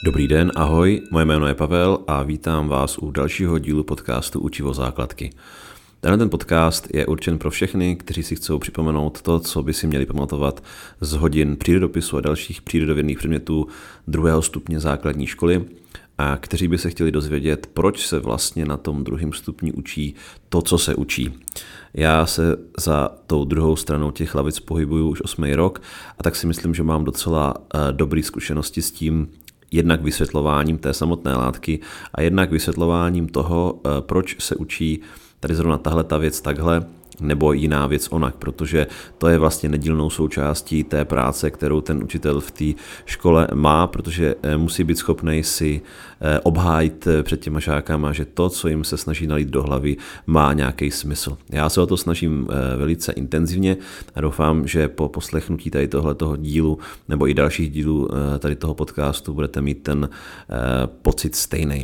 Dobrý den, ahoj, moje jméno je Pavel a vítám vás u dalšího dílu podcastu Učivo základky. Ten podcast je určen pro všechny, kteří si chcou připomenout to, co by si měli pamatovat z hodin přírodopisu a dalších přírodovědných předmětů druhého stupně základní školy a kteří by se chtěli dozvědět, proč se vlastně na tom druhém stupni učí to, co se učí. Já se za tou druhou stranou těch lavic pohybuju už 8. rok a tak si myslím, že mám docela dobré zkušenosti s tím, jednak vysvětlováním té samotné látky a jednak vysvětlováním toho, proč se učí tady zrovna tahle ta věc takhle nebo jiná věc onak, protože to je vlastně nedílnou součástí té práce, kterou ten učitel v té škole má, protože musí být schopný si obhájit před těma žákama, že to, co jim se snaží nalít do hlavy, má nějaký smysl. Já se o to snažím velice intenzivně a doufám, že po poslechnutí tady tohletoho dílu nebo i dalších dílů tady toho podcastu budete mít ten pocit stejný.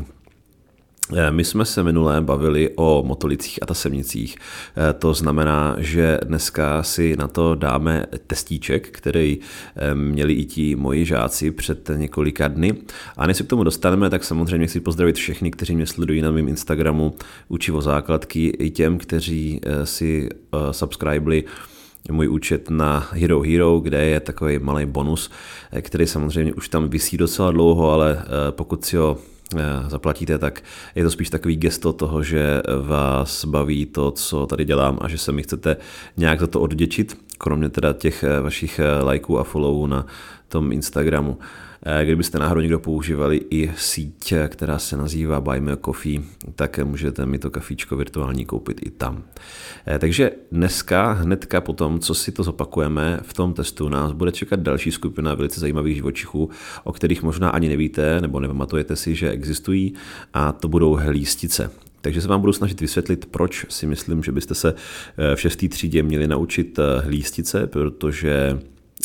My jsme se minule bavili o motolicích a tasemnicích. To znamená, že dneska si na to dáme testíček, který měli i ti moji žáci před několika dny. A než se k tomu dostaneme, tak samozřejmě chci pozdravit všechny, kteří mě sledují na mém Instagramu Učivo základky, i těm, kteří si subscribili můj účet na Hero, kde je takový malý bonus, který samozřejmě už tam visí docela dlouho, ale pokud si ho zaplatíte, tak je to spíš takový gesto toho, že vás baví to, co tady dělám a že se mi chcete nějak za to odděčit, kromě teda těch vašich lajků a followů na tom Instagramu. Kdybyste náhodou někdo používali i síť, která se nazývá Buy Me a Coffee, tak můžete mi to kafíčko virtuální koupit i tam. Takže dneska, hnedka po tom, co si to zopakujeme, v tom testu nás bude čekat další skupina velice zajímavých živočichů, o kterých možná ani nevíte nebo nepamatujete si, že existují, a to budou hlístice. Takže se vám budu snažit vysvětlit, proč si myslím, že byste se v 6. třídě měli naučit hlístice, protože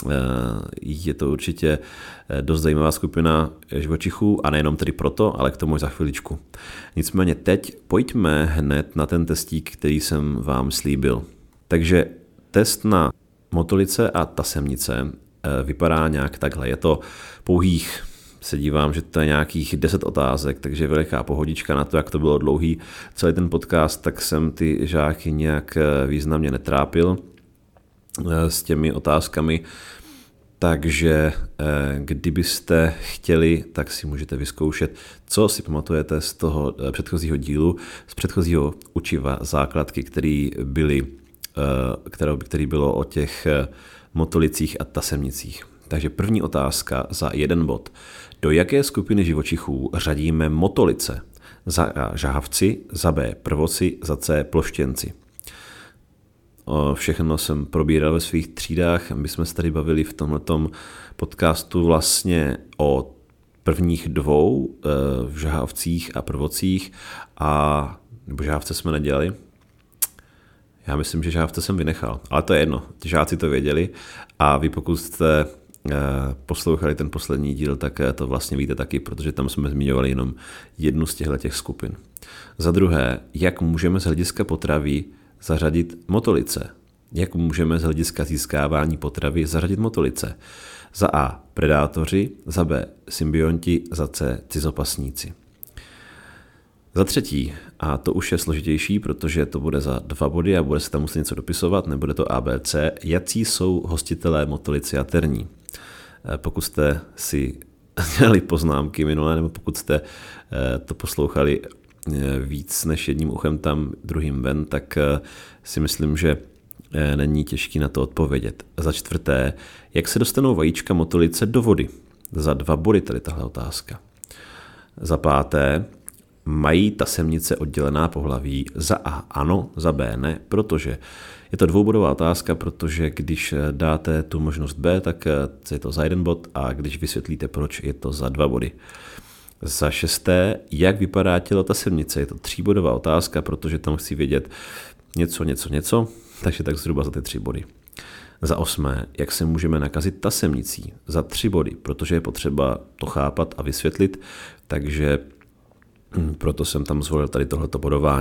je to určitě dost zajímavá skupina živočichů a nejenom tedy proto, ale k tomu za chviličku. Nicméně teď pojďme hned na ten testík, který jsem vám slíbil. Takže test na motolice a tasemnice vypadá nějak takhle. Je to pouhých, se dívám, že to je nějakých 10 otázek, takže veliká pohodička na to, jak to bylo dlouhý celý ten podcast, tak jsem ty žáky nějak významně netrápil s těmi otázkami, takže kdybyste chtěli, tak si můžete vyzkoušet, co si pamatujete z toho předchozího dílu, z předchozího učiva základky, který bylo o těch motolicích a tasemnicích. Takže první otázka za 1 bod. Do jaké skupiny živočichů řadíme motolice? Za A žáhavci, za B prvoci, za C ploštěnci. Všechno jsem probíral ve svých třídách. My jsme se tady bavili v tomhletom podcastu vlastně o prvních 2 v žáhavcích a prvocích, nebo žáhavce jsme nedělali. Já myslím, že žáhavce jsem vynechal, ale to je jedno. Ti žáci to věděli a vy pokud jste poslouchali ten poslední díl, tak to vlastně víte taky, protože tam jsme zmiňovali jenom jednu z těchto skupin. Za druhé, jak můžeme z hlediska potravy zařadit motolice? Jak můžeme z hlediska získávání potravy zařadit motolice? Za A predátoři, za B symbionti, za C cizopasníci. Za třetí, a to už je složitější, protože to bude za 2 body a bude se tam muset něco dopisovat, nebude to ABC, jací jsou hostitelé motolice jaterní. Pokud jste si dělali poznámky minule, nebo pokud jste to poslouchali víc než jedním uchem tam, druhým ven, tak si myslím, že není těžký na to odpovědět. Za čtvrté, jak se dostanou vajíčka motolice do vody? Za 2 body tady tahle otázka. Za páté, mají tasemnice oddělená pohlaví? Za A ano, za B ne, protože je to 2bodová otázka, protože když dáte tu možnost B, tak je to za 1 bod a když vysvětlíte proč, je to za 2 body. Za 6. jak vypadá tělo tasemnice? Je to 3bodová otázka, protože tam chci vědět něco, takže tak zhruba za ty 3 body. Za 8. jak se můžeme nakazit tasemnicí? Za 3 body, protože je potřeba to chápat a vysvětlit, takže proto jsem tam zvolil tady tohleto bodování.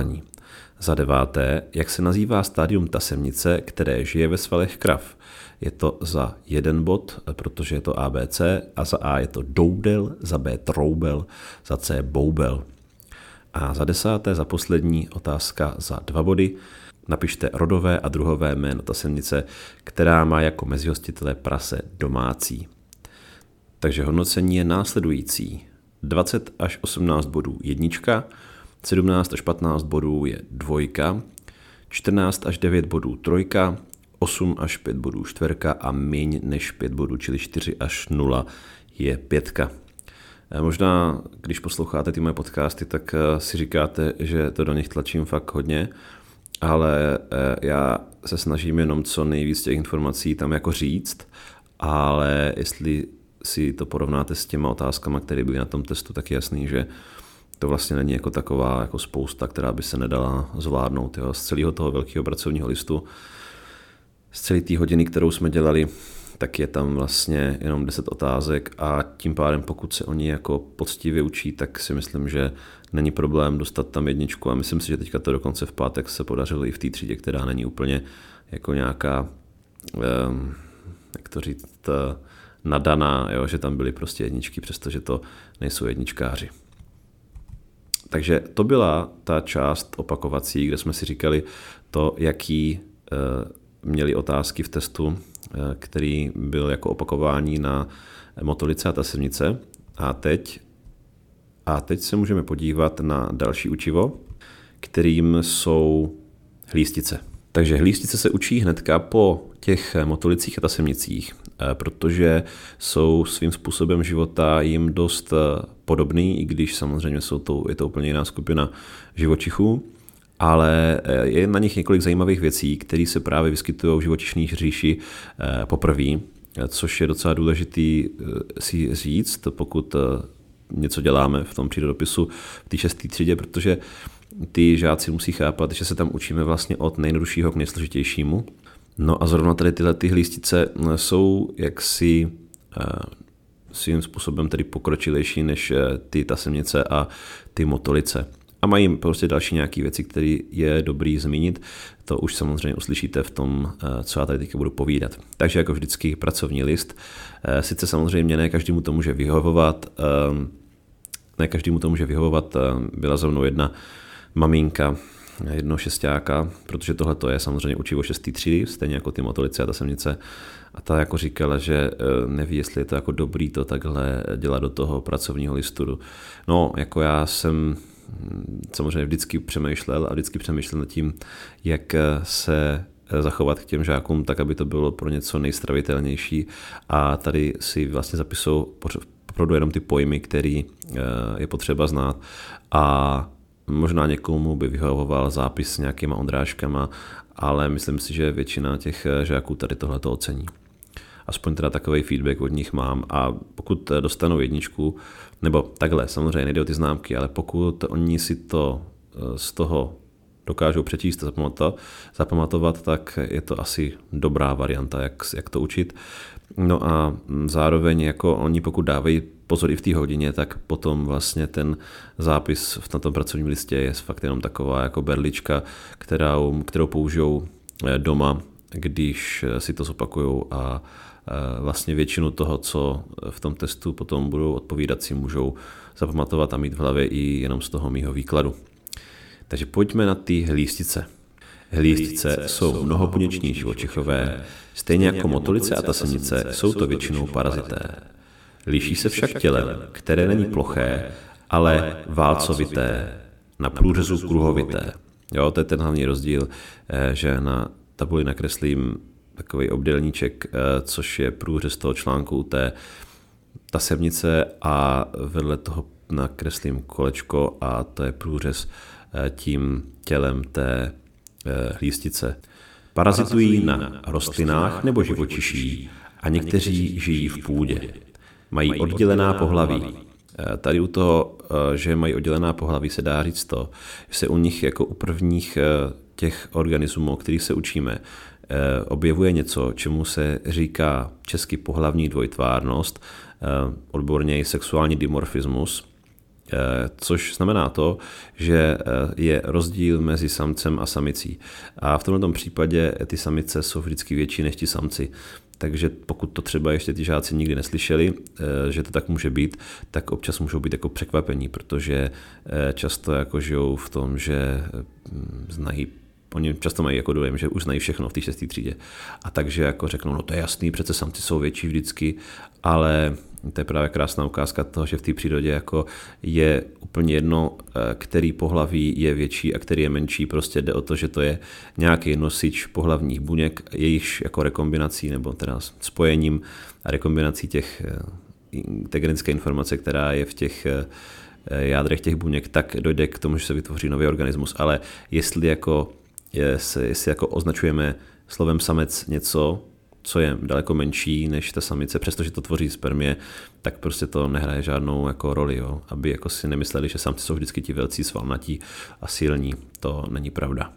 Za 9. Jak se nazývá stádium tasemnice, které žije ve svalech krav? Je to za 1 bod, protože je to ABC, a za A je to doudel, za B troubel, za C boubel. A za 10. za poslední otázka za 2 body. Napište rodové a druhové jméno tasemnice, která má jako mezihostitele prase domácí. Takže hodnocení je následující. 20 až 18 bodů 1, 17 až 15 bodů je 2, 14 až 9 bodů 3, 8 až 5 bodů 4 a méně než 5 bodů, čili 4 až 0 je 5. Možná, když posloucháte ty moje podcasty, tak si říkáte, že to do nich tlačím fakt hodně, ale já se snažím jenom co nejvíc těch informací tam jako říct, ale jestli si to porovnáte s těma otázkama, které byly na tom testu, tak je jasný, že to vlastně není jako taková jako spousta, která by se nedala zvládnout. Jo. Z celého toho velkého pracovního listu, z celé té hodiny, kterou jsme dělali, tak je tam vlastně jenom 10 otázek a tím pádem, pokud se oni jako poctivě učí, tak si myslím, že není problém dostat tam 1 a myslím si, že teďka to dokonce v pátek se podařilo i v té třídě, která není úplně jako nějaká, jak to říct, nadaná, jo, že tam byly prostě 1, přestože to nejsou jedničkáři. Takže to byla ta část opakovací, kde jsme si říkali to, jaký měli otázky v testu, který byl jako opakování na motolice a tasemnice. A teď se můžeme podívat na další učivo, kterým jsou hlístice. Takže hlístice se učí hnedka po těch motolicích a tasemnicích, protože jsou svým způsobem života jim dost podobný, i když samozřejmě je to úplně jiná skupina živočichů, ale je na nich několik zajímavých věcí, které se právě vyskytují v živočišné říši poprvé, což je docela důležitý si říct, pokud něco děláme v tom přírodopisu v té 6. třídě, protože ty žáci musí chápat, že se tam učíme vlastně od nejjednoduššího k nejsložitějšímu. No a zrovna tady tyhle hlístice jsou jaksi svým způsobem tedy pokročilejší než ty tasemnice a ty motolice. A mají prostě další nějaké věci, které je dobrý zmínit. To už samozřejmě uslyšíte v tom, co já tady teď budu povídat. Takže jako vždycky pracovní list. Sice samozřejmě ne každému to může vyhovovat. Byla za mnou jedna maminka, jednoho šestáka, protože tohle je samozřejmě učivo 6. třídy, stejně jako ty motolice a tasemnice. A ta jako říkala, že neví, jestli je to jako dobrý to takhle dělat do toho pracovního listu. No, jako já jsem samozřejmě vždycky přemýšlel nad tím, jak se zachovat k těm žákům, tak aby to bylo pro něco nejstravitelnější. A tady si vlastně zapisují opravdu jenom ty pojmy, které je potřeba znát. A možná někomu by vyhovoval zápis s nějakýma odrážkama, ale myslím si, že většina těch žáků tady tohleto ocení. Aspoň teda takový feedback od nich mám a pokud dostanou 1, nebo takhle, samozřejmě nejde o ty známky, ale pokud oni si to z toho dokážou přečíst a zapamatovat, tak je to asi dobrá varianta, jak to učit. No a zároveň jako oni pokud dávají pozor i v té hodině, tak potom vlastně ten zápis na tom pracovním listě je fakt jenom taková jako berlička, kterou použijou doma, když si to zopakujou a vlastně většinu toho, co v tom testu potom budou odpovídat, si můžou zapamatovat a mít v hlavě i jenom z toho mýho výkladu. Takže pojďme na ty hlístice. Hlístice jsou mnohobuněční živočichové, stejně jako motolice a tasemnice jsou to většinou parazité. Liší se však tělem, které není ploché, ale válcovité, na průřezu kruhovité. Jo, to je ten hlavní rozdíl, že na tabuli nakreslím takový obdélníček, což je průřez toho článku té tasemnice a vedle toho nakreslím kolečko a to je průřez tím tělem té hlístice. Parazitují na rostlinách nebo živočiší a někteří žijí v půdě. Mají oddělená pohlaví. Tady u toho, že mají oddělená pohlaví, se dá říct to, že se u nich jako u prvních těch organismů, o kterých se učíme, objevuje něco, čemu se říká česky pohlavní dvojtvárnost, odborněji sexuální dimorfismus. Což znamená to, že je rozdíl mezi samcem a samicí. A v tomto případě ty samice jsou vždycky větší než ti samci. Takže pokud to třeba ještě ty žáci nikdy neslyšeli, že to tak může být, tak občas můžou být jako překvapení, protože často jako žijou v tom, že oni často mají jako dojem, že už znají všechno v té 6. třídě. A takže jako řeknou, no to je jasný, přece samci jsou větší vždycky, ale to je právě krásná ukázka toho, že v té přírodě jako je úplně jedno, který pohlaví je větší a který je menší. Prostě jde o to, že to je nějaký nosič pohlavních buněk, jejichž jako rekombinací nebo teda spojením a rekombinací té genetické informace, která je v těch jádrech těch buněk, tak dojde k tomu, že se vytvoří nový organismus. Ale jestli jako označujeme slovem samec něco, co je daleko menší než ta samice, přestože to tvoří spermie, tak prostě to nehraje žádnou jako roli, jo? Aby jako si nemysleli, že samci jsou vždycky ti velcí, svalnatí a silní. To není pravda.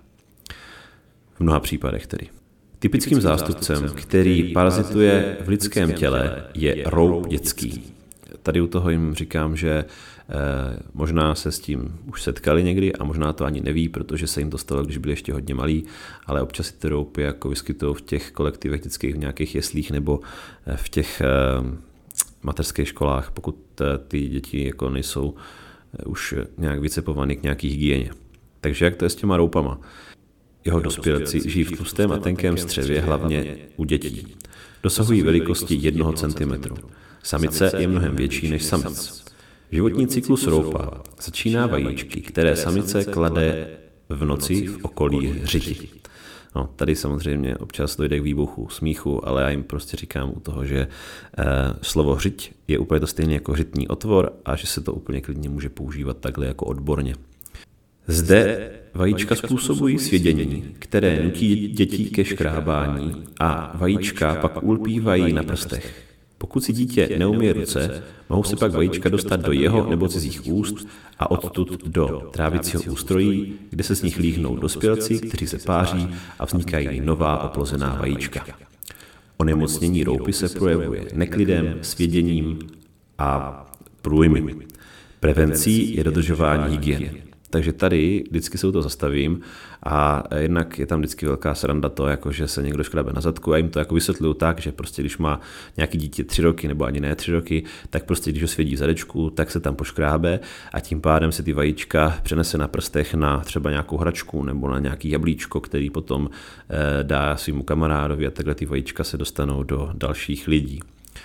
V mnoha případech tedy. Typickým zástupcem, který parazituje v lidském těle, je roub dětský. Tady u toho jim říkám, že možná se s tím už setkali někdy a možná to ani neví, protože se jim to stalo, když byli ještě hodně malí, ale občas ty roupy jako vyskytují v těch kolektivech dětských v nějakých jeslích nebo v těch mateřských školách, pokud ty děti jako nejsou už nějak vycepovaný k nějaký hygieně. Takže jak to je s těma roupama? Jeho dospělci žijí v tlustém a tenkém střevě, hlavně u dětí. Dosahují velikosti 1 cm. Samice je mnohem větší než samec. Životní cyklus roupa začíná vajíčky, které samice klade v noci v okolí hřiti. No, tady samozřejmě občas dojde k výbuchu smíchu, ale já jim prostě říkám u toho, že slovo hřiť je úplně to stejné jako hřitní otvor a že se to úplně klidně může používat takhle jako odborně. Zde vajíčka způsobují svědění, které nutí děti ke škrábání a vajíčka pak ulpívají na prstech. Pokud si dítě neumyje ruce, mohou se pak vajíčka dostat do jeho nebo cizích úst a odtud do trávicího ústrojí, kde se z nich líhnou dospělci, kteří se páří a vznikají nová oplozená vajíčka. Onemocnění roupy se projevuje neklidem, svěděním a průjmy. Prevencí je dodržování hygieny. Takže tady vždycky se to zastavím a jednak je tam vždycky velká sranda to, jako že se někdo škrábe na zadku a jim to jako vysvětluju tak, že prostě když má nějaký dítě 3 roky nebo ani ne 3 roky, tak prostě když ho svědí v zadečku, tak se tam poškrábe a tím pádem se ty vajíčka přenese na prstech na třeba nějakou hračku nebo na nějaký jablíčko, který potom dá svýmu kamarádovi a takhle ty vajíčka se dostanou do dalších lidí.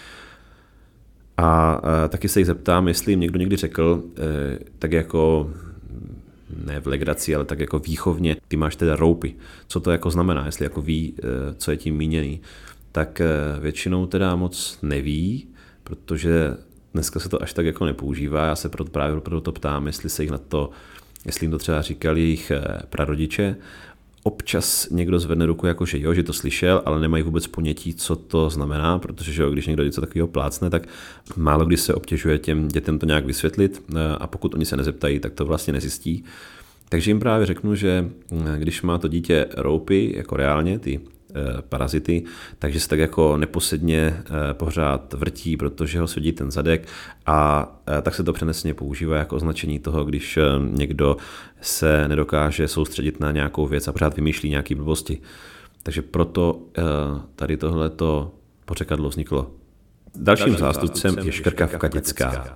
A taky se jich zeptám, jestli jim někdo někdy řekl, tak jako ne v legraci, ale tak jako výchovně, ty máš teda roupy. Co to jako znamená, jestli jako ví, co je tím míněný, tak většinou teda moc neví, protože dneska se to až tak jako nepoužívá. Já se právě proto ptám, jestli se jich na to, jestli jim to třeba říkali jejich prarodiče. Občas někdo zvedne ruku jako, že jo, že to slyšel, ale nemají vůbec ponětí, co to znamená, protože že jo, když někdo něco takového plácne, tak málo kdy se obtěžuje těm dětem to nějak vysvětlit a pokud oni se nezeptají, tak to vlastně nezjistí. Takže jim právě řeknu, že když má to dítě roupy, jako reálně ty parazity, takže se tak jako neposedně pořád vrtí, protože ho svědí ten zadek a tak se to přenesně používá jako označení toho, když někdo se nedokáže soustředit na nějakou věc a pořád vymýšlí nějaké blbosti. Takže proto tady tohleto pořekadlo vzniklo. Dalším zástupcem je škrkavka dětská.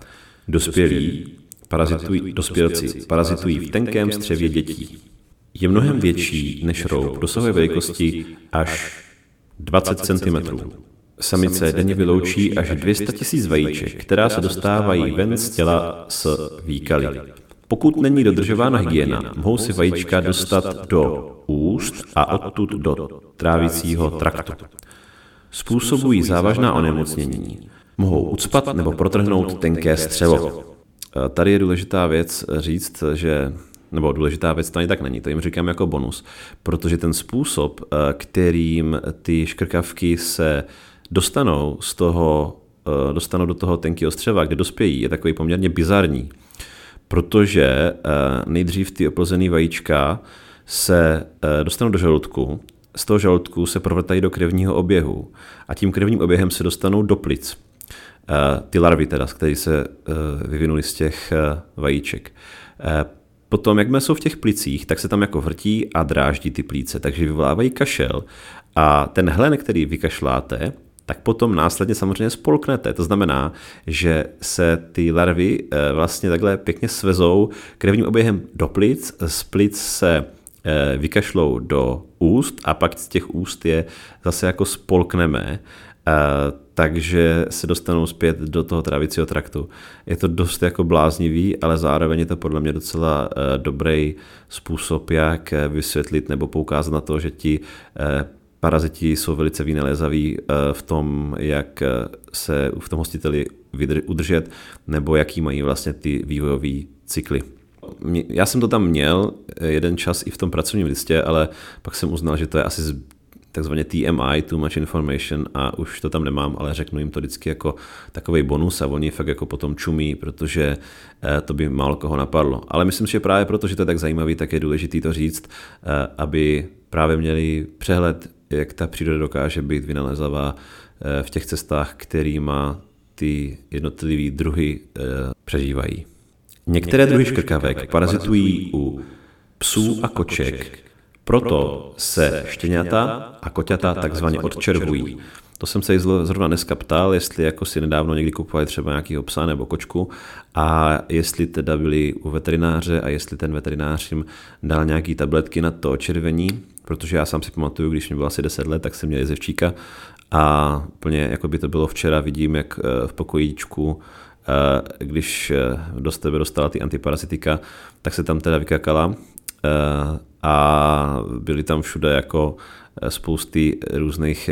Dospělci parazitují v tenkém střevě dětí. Je mnohem větší než roub, dosahuje velikosti až 20 cm. Samice denně vyloučí až 200 000 vajíček, která se dostávají ven z těla s výkaly. Pokud není dodržována hygiena, mohou si vajíčka dostat do úst a odtud do trávicího traktu. Způsobují závažná onemocnění. Mohou ucpat nebo protrhnout tenké střevo. Tady je důležitá věc říct, že nebo důležitá věc to ani tak není, to jim říkám jako bonus, protože ten způsob, kterým ty škrkavky se dostanou do toho tenkého střeva, kde dospějí, je takový poměrně bizarní, protože nejdřív ty oplozený vajíčka se dostanou do žaludku, z toho žaludku se provrtají do krevního oběhu a tím krevním oběhem se dostanou do plic. ty larvy teda, které se vyvinuly z těch vajíček. Potom, jakmile jsou v těch plicích, tak se tam jako vrtí a dráždí ty plíce, takže vyvolávají kašel a ten hlen, který vykašláte, tak potom následně samozřejmě spolknete. To znamená, že se ty larvy vlastně takhle pěkně svezou krevním oběhem do plic, z plic se vykašlou do úst a pak z těch úst je zase jako spolkneme, takže se dostanou zpět do toho trávicího traktu. Je to dost jako bláznivý, ale zároveň je to podle mě docela dobrý způsob, jak vysvětlit nebo poukázat na to, že ti paraziti jsou velice vynalézaví v tom, jak se v tom hostiteli udržet, nebo jaký mají vlastně ty vývojové cykly. Já jsem to tam měl jeden čas i v tom pracovním listě, ale pak jsem uznal, že to je asi takzvaně TMI, too much information, a už to tam nemám, ale řeknu jim to vždycky jako takovej bonus a oni fakt jako potom čumí, protože to by málo koho napadlo. Ale myslím si, že právě proto, že to je tak zajímavý, tak je důležité to říct, aby právě měli přehled, jak ta příroda dokáže být vynalézavá v těch cestách, kterýma ty jednotlivý druhy přežívají. Některé druhy škrkavek parazitují u psů a koček, proto se štěňata a koťata takzvaně odčervují. To jsem se zrovna dneska ptal, jestli jako si nedávno někdy kupovali třeba nějakýho psa nebo kočku a jestli teda byli u veterináře a jestli ten veterinář jim dal nějaký tabletky na to očervení, protože já sám si pamatuju, když mi bylo asi 10 let, tak jsem měl jezevčíka a úplně jako by to bylo včera, vidím, jak v pokojíčku, když do tebe dostala ty antiparazitika, tak se tam teda vykakala a byly tam všude jako spousty různých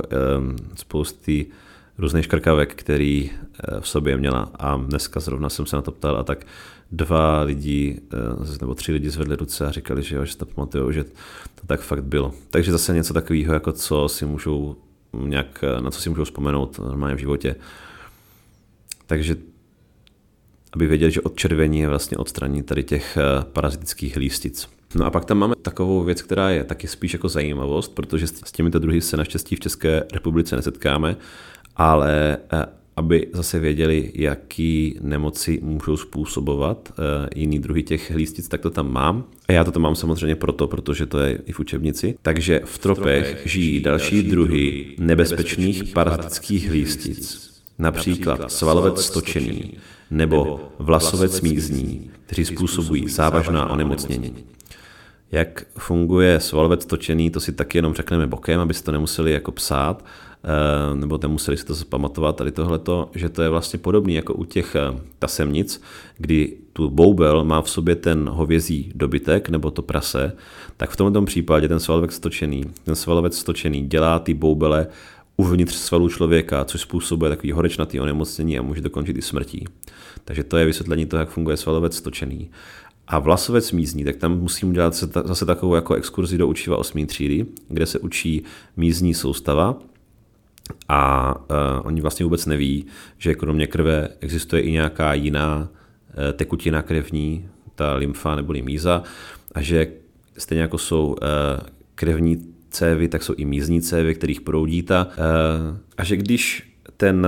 škrkavek, který v sobě měla, a dneska zrovna jsem se na to ptal a tak 2 lidi nebo 3 lidi zvedli ruce a říkali, že to pamatujou, že to tak fakt bylo. Takže zase něco takového, jako na co si můžou vzpomenout normálně v životě. Takže aby věděli, že odčervení je vlastně odstranění tady těch parazitických lístic. No a pak tam máme takovou věc, která je taky spíš jako zajímavost, protože s těmito druhy se naštěstí v České republice nesetkáme, ale aby zase věděli, jaký nemoci můžou způsobovat jiný druhy těch lístic, tak to tam mám. A já to tam mám samozřejmě protože to je i v učebnici. Takže v tropech žijí další druhy nebezpečných parazitických lístic. Například svalovec stočený nebo vlasovec mízní, kteří způsobují závažná onemocnění. Jak funguje svalovec točený, to si taky jenom řekneme bokem, abyste to nemuseli jako psát, nebo nemuseli si to zapamatovat, tady tohleto, že to je vlastně podobný jako u těch tasemnic, kdy tu boubel má v sobě ten hovězí dobytek nebo to prase, tak v tomto případě ten svalovec stočený dělá ty boubele uvnitř svalů člověka, což způsobuje takový horečnatý onemocnění a může dokončit i smrtí. Takže to je vysvětlení toho, jak funguje svalovec stočený. A vlasovec mízní, tak tam musím udělat zase takovou jako exkurzi do učiva 8. třídy, kde se učí mízní soustava a oni vlastně vůbec neví, že kromě krve existuje i nějaká jiná tekutina krevní, ta lymfa neboli míza, a že stejně jako jsou krevní cévy, tak jsou i mízní cévy, kterých proudí a že když ten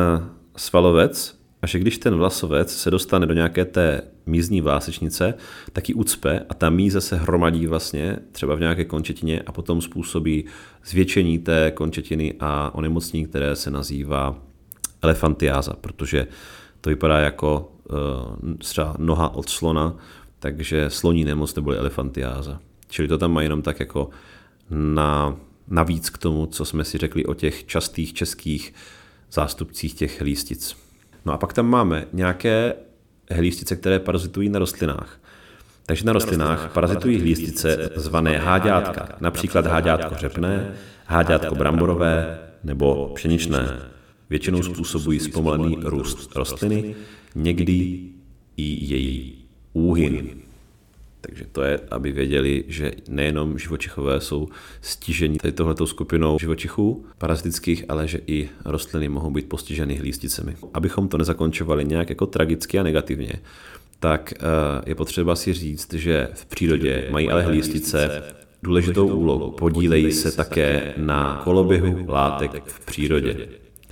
vlasovec se dostane do nějaké té mízní vlásečnice, tak ji ucpe a ta míza se hromadí vlastně třeba v nějaké končetině a potom způsobí zvětšení té končetiny a onemocnění, které se nazývá elefantiáza, protože to vypadá jako třeba noha od slona, takže sloní nemoc neboli elefantiáza. Čili to tam má jenom tak jako navíc k tomu, co jsme si řekli o těch častých českých zástupcích těch lístic. No a pak tam máme nějaké hlístice, které parazitují na rostlinách. Takže na rostlinách parazitují hlístice zvané háďátka, například háďátko řepné, háďátko bramborové nebo pšeničné. Většinou způsobují zpomalený růst rostliny, někdy i její úhyn. Takže to je, aby věděli, že nejenom živočichové jsou stiženi tady tohletou skupinou živočichů parazitických, ale že i rostliny mohou být postiženy hlísticemi. Abychom to nezakončovali nějak jako tragicky a negativně, tak je potřeba si říct, že v přírodě mají ale hlístice důležitou úlohu. Podílejí se také na koloběhu látek v přírodě.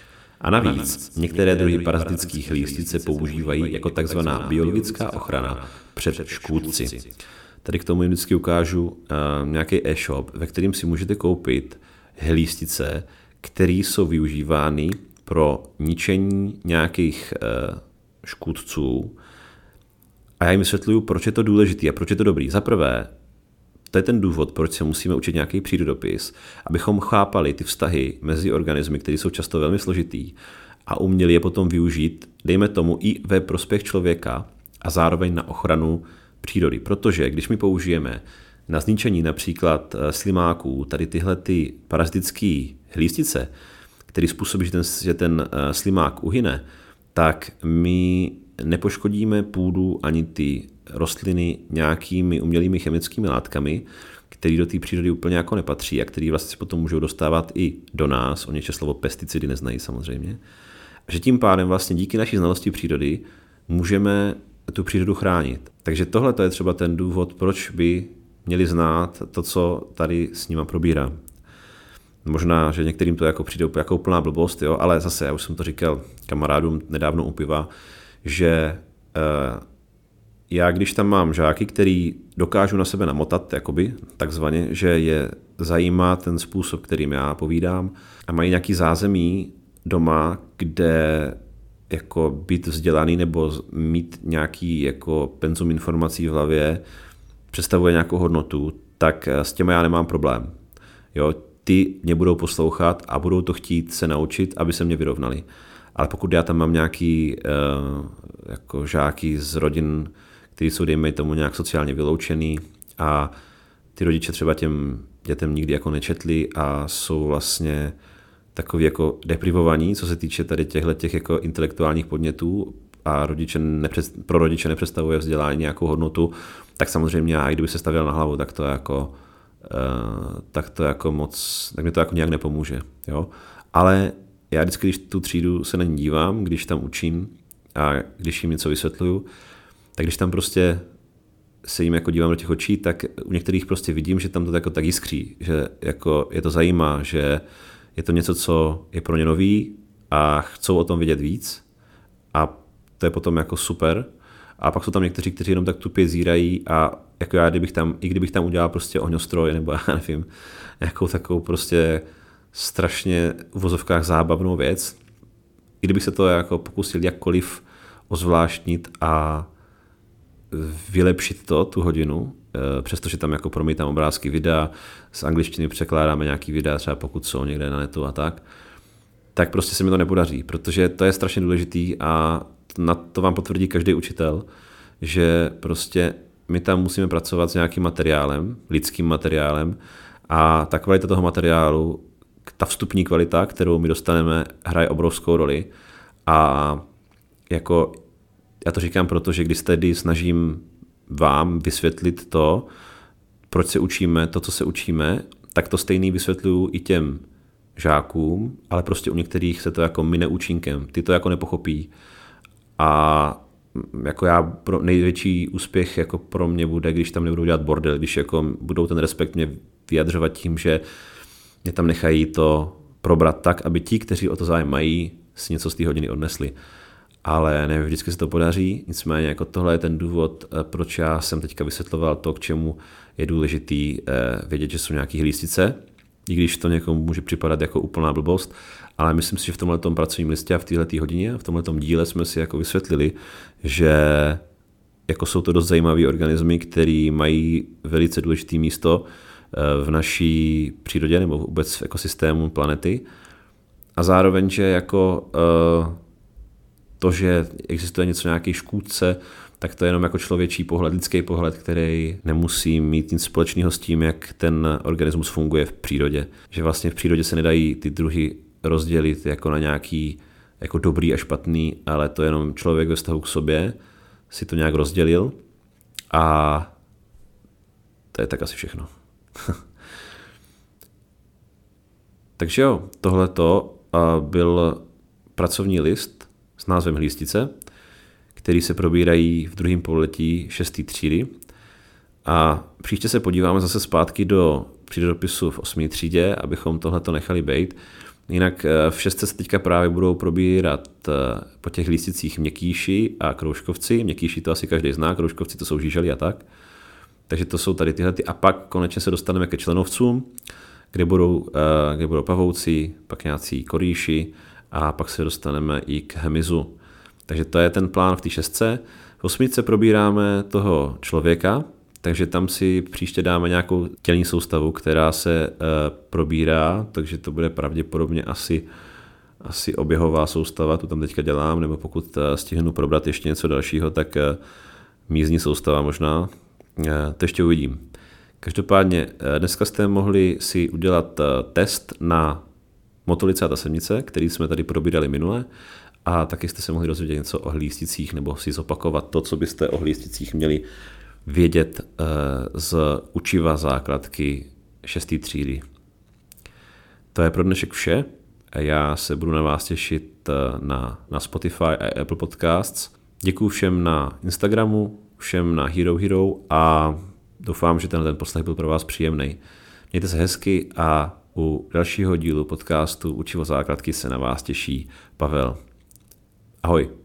A navíc některé druhy parazitických hlístic se používají jako takzvaná biologická ochrana před škůdci. Tady k tomu vždycky ukážu nějaký e-shop, ve kterém si můžete koupit hlístice, které jsou využívány pro ničení nějakých škůdců. A já jim vysvětluju, proč je to důležité a proč je to dobrý. Za prvé, to je ten důvod, proč se musíme učit nějaký přírodopis, abychom chápali ty vztahy mezi organismy, které jsou často velmi složitý a uměli je potom využít, dejme tomu, i ve prospěch člověka a zároveň na ochranu přírody. Protože když my použijeme na zničení například slimáků tady tyhle ty parazitické hlístice, který způsobí, že ten slimák uhyne, tak my nepoškodíme půdu ani ty rostliny nějakými umělými chemickými látkami, které do té přírody úplně jako nepatří a které vlastně se potom můžou dostávat i do nás. Oni ještě slovo pesticidy neznají samozřejmě. A že tím pádem vlastně díky naší znalosti přírody můžeme tu přírodu chránit. Takže tohle to je třeba ten důvod, proč by měli znát to, co tady s nima probírám. Možná, že některým to jako přijde jako úplná blbost, jo? Ale zase, já už jsem to říkal kamarádům nedávno u piva, že já když tam mám žáky, který dokážu na sebe namotat, jakoby, takzvaně, že je zajímá ten způsob, kterým já povídám a mají nějaký zázemí doma, kde jako být vzdělaný nebo mít nějaký jako penzum informací v hlavě představuje nějakou hodnotu, tak s těmi já nemám problém. Jo, ty mě budou poslouchat a budou to chtít se naučit, aby se mě vyrovnali. Ale pokud já tam mám nějaký jako žáky z rodin, kteří jsou, dejme tomu, nějak sociálně vyloučený a ty rodiče třeba těm dětem nikdy jako nečetli a jsou vlastně takový jako deprivovaní, co se týče tady těchto jako intelektuálních podnětů a pro rodiče nepředstavuje vzdělání nějakou hodnotu, tak samozřejmě já, i kdyby se stavěl na hlavu, tak mi to jako nějak nepomůže. Jo? Ale já vždycky, když tu třídu se na ní dívám, když tam učím a když jim něco vysvětluju, tak když tam prostě se jim jako dívám do těch očí, tak u některých prostě vidím, že tam to jako tak jiskří, že jako je to zajímá, že je to něco, co je pro ně nový a chcou o tom vědět víc a to je potom jako super. A pak jsou tam někteří, kteří jenom tak tupě zírají a jako já, kdybych tam udělal prostě ohňostroj nebo já nevím, nějakou takovou prostě strašně v vozovkách zábavnou věc, i kdybych se to jako pokusil jakkoliv ozvláštnit a vylepšit tu hodinu, přestože tam jako promítám obrázky, videa, z angličtiny překládáme nějaký videa, třeba pokud jsou někde na netu a tak prostě se mi to nepodaří, protože to je strašně důležitý a na to vám potvrdí každý učitel, že prostě my tam musíme pracovat s nějakým materiálem, lidským materiálem a ta kvalita toho materiálu, ta vstupní kvalita, kterou my dostaneme, hraje obrovskou roli a jako já to říkám proto, že když se tedy snažím vám vysvětlit to, proč se učíme, to, co se učíme, tak to stejný vysvětluju i těm žákům, ale prostě u některých se to jako mine účinkem. Ty to jako nepochopí. A jako největší úspěch jako pro mě bude, když tam nebudou dělat bordel, když jako budou ten respekt mě vyjadřovat tím, že mě tam nechají to probrat tak, aby ti, kteří o to zájem mají, si něco z té hodiny odnesli. Ale ne vždycky se to podaří, nicméně jako tohle je ten důvod, proč já jsem teďka vysvětloval to, k čemu je důležitý vědět, že jsou nějaký hlístice, i když to někomu může připadat jako úplná blbost, ale myslím si, že v tomhletom pracovním listě a v téhleté hodině, v tomhletom díle jsme si jako vysvětlili, že jako jsou to dost zajímavé organismy, které mají velice důležité místo v naší přírodě nebo vůbec v ekosystému planety a zároveň, že jako to, že existuje nějaký škůdce, tak to je jenom jako člověčí pohled, lidský pohled, který nemusí mít nic společného s tím, jak ten organismus funguje v přírodě. Že vlastně v přírodě se nedají ty druhy rozdělit jako na nějaký jako dobrý a špatný, ale to jenom člověk ve vztahu k sobě si to nějak rozdělil a to je tak asi všechno. Takže jo, tohleto byl pracovní list s názvem Hlístice, který se probírají v druhém pololetí 6. třídy. A příště se podíváme zase zpátky do přírodopisu v 8. třídě, abychom tohleto nechali bejt. Jinak v 6 se teďka právě budou probírat po těch lísticích měkkýši a kroužkovci. Měkkýši to asi každý zná, kroužkovci to jsou žížaly a tak. Takže to jsou tady tyhle. A pak konečně se dostaneme ke členovcům, kde budou pavouci, pak nějací korýši a pak se dostaneme i k hmyzu. Takže to je ten plán v té 6. V 8 probíráme toho člověka, takže tam si příště dáme nějakou tělní soustavu, která se probírá, takže to bude pravděpodobně asi oběhová soustava, tu tam teďka dělám, nebo pokud stihnu probrat ještě něco dalšího, tak mízní soustava možná, to ještě uvidím. Každopádně dneska jste mohli si udělat test na motolice a tasemnice, který jsme tady probírali minule, a taky jste se mohli dozvědět něco o hlísticích nebo si zopakovat to, co byste o hlísticích měli vědět z učiva základky 6. třídy. To je pro dnešek vše. Já se budu na vás těšit na Spotify a Apple Podcasts. Děkuju všem na Instagramu, všem na Hero a doufám, že ten poslech byl pro vás příjemný. Mějte se hezky a u dalšího dílu podcastu Učivo základky se na vás těší Pavel. Ahoj.